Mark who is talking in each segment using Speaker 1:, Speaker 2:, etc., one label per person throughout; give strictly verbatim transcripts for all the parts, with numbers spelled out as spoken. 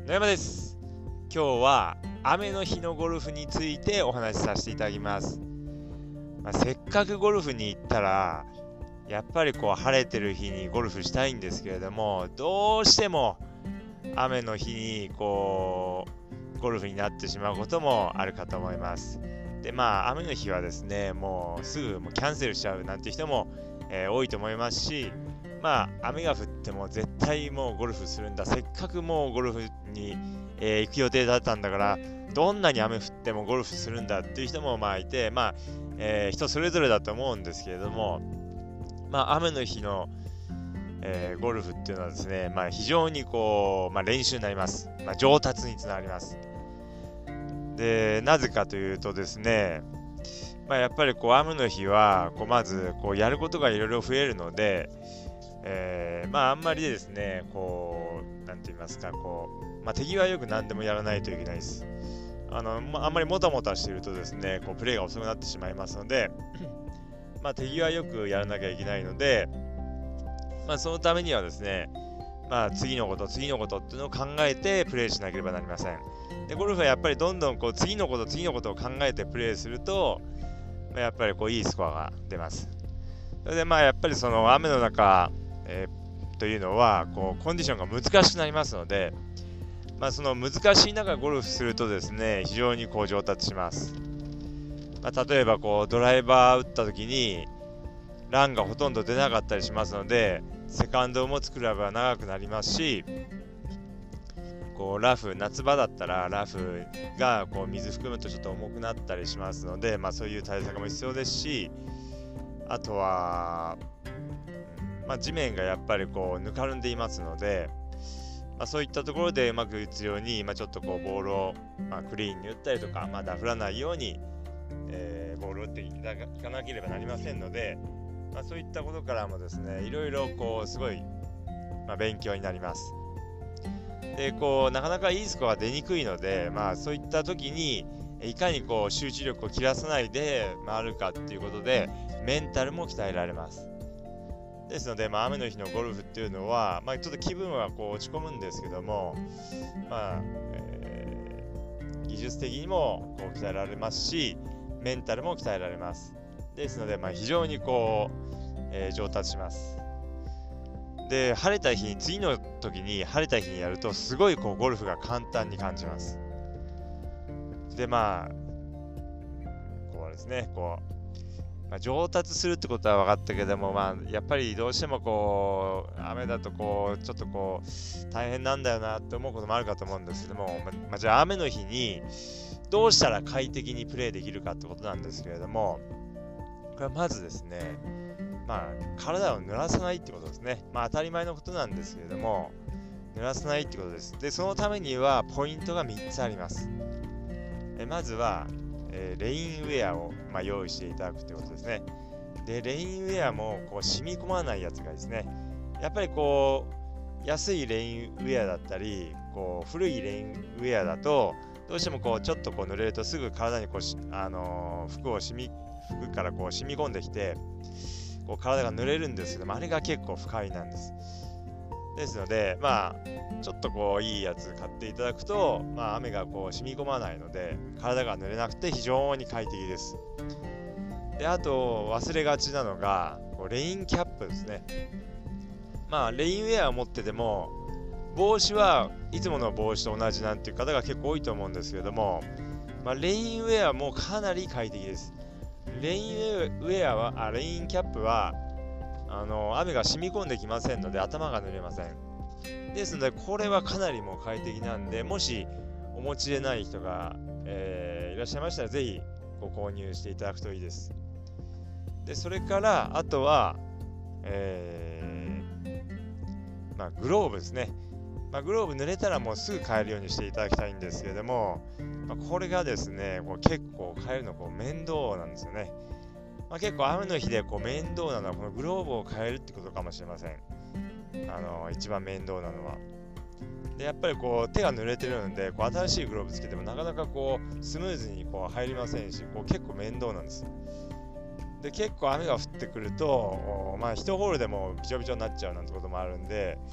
Speaker 1: 野山です。今日は雨の日のゴルフについてお話しさせていただきます。まあ、せっかくゴルフに行ったらやっぱりこう晴れてる日にゴルフしたいんですけれども、どうしても雨の日にこうゴルフになってしまうこともあるかと思います。でまあ雨の日はですね、もうすぐもうキャンセルしちゃうなんて人も、えー、多いと思いますし、まあ雨が降っても絶対もうゴルフするんだ、せっかくもうゴルフに、えー行く予定だったんだからどんなに雨降ってもゴルフするんだっていう人もまあいて、まあ、えー人それぞれだと思うんですけれども、まあ雨の日の、えーゴルフっていうのはですね、まあ非常にこう、まあ、練習になります。まあ、上達につながります。でなぜかというとですね、まあ、やっぱりこう雨の日はこうまずこうやることがいろいろ増えるので、えー、まああんまりですね、こうなんて言いますか、こう、まあ、手際よく何でもやらないといけないです。あの、まあ、あんまりもたもたしているとですね、こうプレーが遅くなってしまいますのでまあ手際よくやらなきゃいけないので、まあそのためにはですね、まあ次のこと次のことっていうのを考えてプレーしなければなりません。でゴルフはやっぱりどんどんこう次のこと次のことを考えてプレーすると、まあ、やっぱりこういいスコアが出ます。それでまあやっぱりその雨の中、えー、というのはこうコンディションが難しくなりますので、まあ、その難しい中ゴルフするとですね、非常にこう上達します。まあ、例えばこうドライバー打った時にランがほとんど出なかったりしますので、セカンドを持つクラブは長くなりますし、こうラフ、夏場だったらラフがこう水含むとちょっと重くなったりしますので、まあ、そういう対策も必要ですし、あとは、まあ、地面がやっぱりこうぬかるんでいますので、まあ、そういったところでうまく打つように、まあ、ちょっとこうボールを、まあ、クリーンに打ったりとか、まあ、ダフらないように、えー、ボールを打っていかなければなりませんので、まあ、そういったことからもですね、いろいろこうすごい、まあ、勉強になります。でこうなかなかいいスコアが出にくいので、まあ、そういった時にいかにこう集中力を切らさないで回るかっていうことでメンタルも鍛えられます。ですので、まあ、雨の日のゴルフっていうのは、まあ、ちょっと気分はこう落ち込むんですけども、まあえー、技術的にもこう鍛えられますし、メンタルも鍛えられます。ですので、まあ、非常にこう、えー、上達します。で晴れた日に次の時に晴れた日にやるとすごいこうゴルフが簡単に感じます。でまあこうですね、こう、まあ、上達するってことは分かったけども、まあやっぱりどうしてもこう雨だとこうちょっとこう大変なんだよなって思うこともあるかと思うんですけども、ままあ、じゃあ雨の日にどうしたら快適にプレーできるかってことなんですけれども、これはまずですね、まあ、体を濡らさないってことですね。まあ、当たり前のことなんですけれども、濡らさないってことです。で、そのためにはポイントがみっつあります。えまずは、えーレインウェアを、まあ、用意していただくということですね。で、レインウェアもこう染み込まないやつがいいですね。やっぱりこう、安いレインウェアだったり、こう古いレインウェアだと、どうしてもこうちょっとこう濡れるとすぐ体にこうし、あのー服を染み服からこう染み込んできて、こう体が濡れるんですけども、あれが結構不快なんです。ですので、まあちょっとこういいやつ買っていただくと、まあ雨がこう染み込まないので、体が濡れなくて非常に快適です。で、あと忘れがちなのが、こうレインキャップですね。まあレインウェアを持ってても、帽子はいつもの帽子と同じなんていう方が結構多いと思うんですけれども、まあ、レインウェアもかなり快適です。レインウェアは、あ、レインキャップはあの雨が染み込んできませんので頭が濡れません。ですのでこれはかなりもう快適なんで、もしお持ちでない人が、えーいらっしゃいましたらぜひご購入していただくといいです。でそれからあとは、えーまあ、グローブですね。まあ、グローブ濡れたらもうすぐ変えるようにしていただきたいんですけれども、まあ、これがですね、こう結構変えるのこう面倒なんですよね。まあ、結構雨の日でこう面倒なのはこのグローブを変えるってことかもしれません。あの一番面倒なのは。でやっぱりこう手が濡れてるので、こう新しいグローブつけてもなかなかこうスムーズにこう入りませんし、こう結構面倒なんです。で結構雨が降ってくると、まあ、いちホールでもびちょびちょになっちゃうなんてこともあるんで、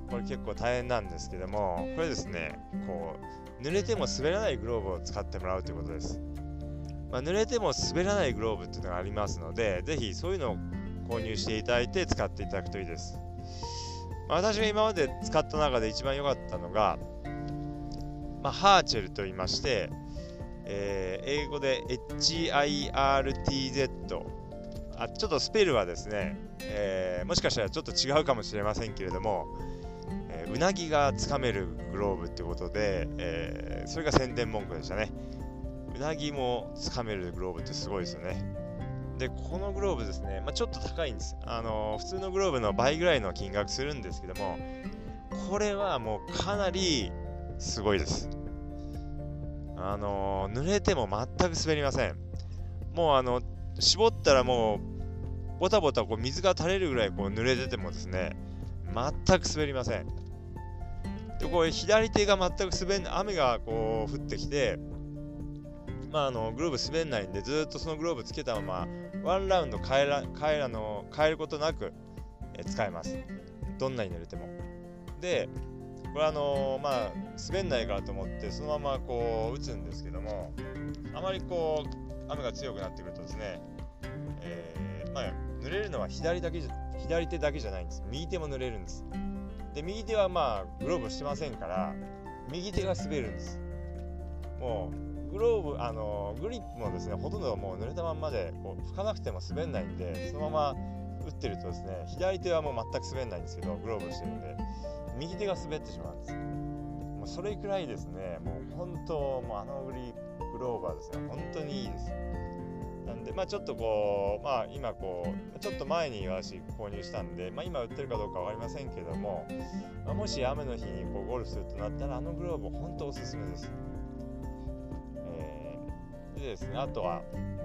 Speaker 1: これ結構大変なんですけども、これですね、こう濡れても滑らないグローブを使ってもらうということです。まあ、濡れても滑らないグローブっていうのがありますので、ぜひそういうのを購入していただいて使っていただくといいです。まあ、私が今まで使った中で一番良かったのが、まあ、ハーチェルと言いまして、えー、英語で エイチアイアールティーゼット、あ、ちょっとスペルはですね、えー、もしかしたらちょっと違うかもしれませんけれども、えー、うなぎがつかめるグローブってことで、えー、それが宣伝文句でしたね。うなぎもつかめるグローブってすごいですよね。で、このグローブですね、まあ、ちょっと高いんです。あのー、普通のグローブの倍ぐらいの金額するんですけども、これはもうかなりすごいです。あのー、濡れても全く滑りません。もうあの絞ったらもうボタボタこう水が垂れるぐらいこう濡れててもですね、全く滑りません。で、これ左手が全く滑んない、雨がこう降ってきて、まあ、あのグローブ滑んないんで、ずっとそのグローブつけたままワンラウンド変えら変えらの変えることなくえ使えます。どんなに濡れても。で、これあのー、まあ滑んないからと思ってそのままこう打つんですけども、あまりこう雨が強くなってくるとですね、えー、まあ濡れるのは左だけじゃ左手だけじゃないんです。右手も濡れるんです。で、右手はまあグローブしてませんから右手が滑るんです。もうグローブ、あのー、グリップもですね、ほとんどもう濡れたまんまでこう拭かなくても滑んないんで、そのまま打ってるとですね、左手はもう全く滑んないんですけど、グローブしてるんで右手が滑ってしまうんです。もうそれくらいですね、もう本当、もうあのグリップグローブはですね、本当にいいです。なんで、まあちょっとこう、まあ今こう、ちょっと前に私購入したんで、まあ今売ってるかどうかわかりませんけども、まあ、もし雨の日にこうゴルフするとなったら、あのグローブ本当おすすめです。えー、でですね、あとは、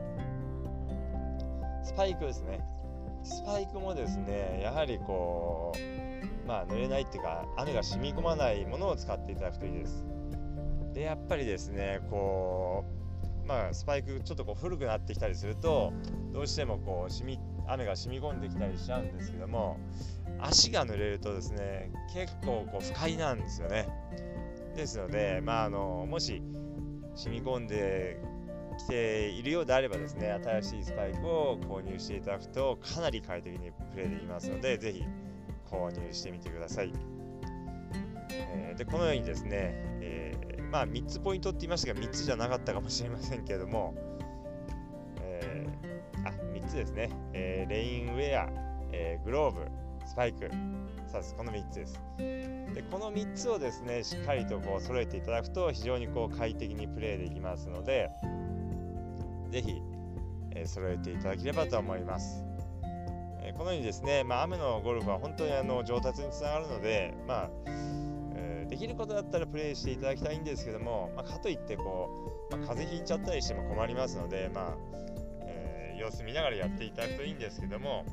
Speaker 1: スパイクですね。スパイクもですね、やはりこう、まあ濡れないっていうか雨が染み込まないものを使っていただくといいです。で、やっぱりですね、こうまあスパイクちょっとこう古くなってきたりするとどうしてもこう染み雨が染み込んできたりしちゃうんですけども、足が濡れるとですね、結構こう不快なんですよね。ですので、まああのもし染み込んできているようであればですね、新しいスパイクを購入していただくとかなり快適にプレーできますので、ぜひ購入してみてください。えー、でこのようにですね、えー、まあみっつポイントって言いましたがみっつじゃなかったかもしれませんけれども、えー、あみっつですね、えー、レインウェア、えー、グローブ、スパイク、さあこのみっつです。でこのみっつをですねしっかりとこう揃えていただくと非常にこう快適にプレーできますので、ぜひ、えー、揃えていただければと思います。このようにですね、まあ、雨のゴルフは本当にあの上達につながるので、まあえー、できることだったらプレーしていただきたいんですけども、まあ、かといってこう、まあ、風邪ひいちゃったりしても困りますので、まあえー、様子見ながらやっていただくといいんですけども、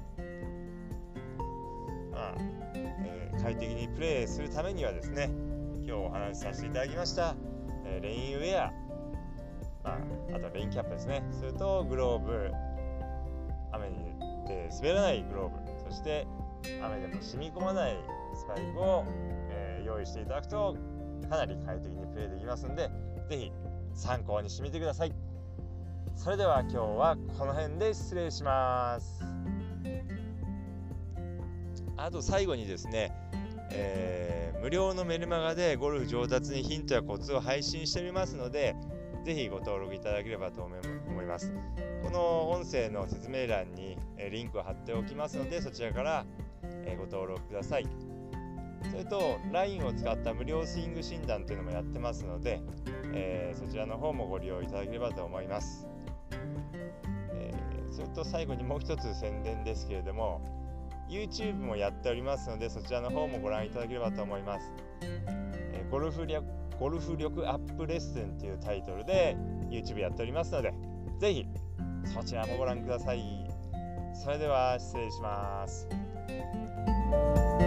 Speaker 1: まあえー、快適にプレーするためにはですね、今日お話しさせていただきました、えー、レインウェア、まあ、あとはレインキャップですね、それとグローブ、雨にで滑らないグローブ、そして雨でも染み込まないスパイクを、えー、用意していただくとかなり快適にプレーできますので、ぜひ参考にしてみてください。それでは今日はこの辺で失礼します。あと最後にですね、えー、無料のメルマガでゴルフ上達にヒントやコツを配信しておりますので、ぜひご登録いただければと思います。この音声の説明欄にリンクを貼っておきますので、そちらからご登録ください。それと ライン を使った無料スイング診断というのもやってますので、えー、そちらの方もご利用いただければと思います。えー、それと最後にもう一つ宣伝ですけれども、 YouTube もやっておりますので、そちらの方もご覧いただければと思います。えー、ゴルフ力ゴルフ力アップレッスンというタイトルで YouTube やっておりますので、ぜひそちらもご覧ください。それでは失礼します。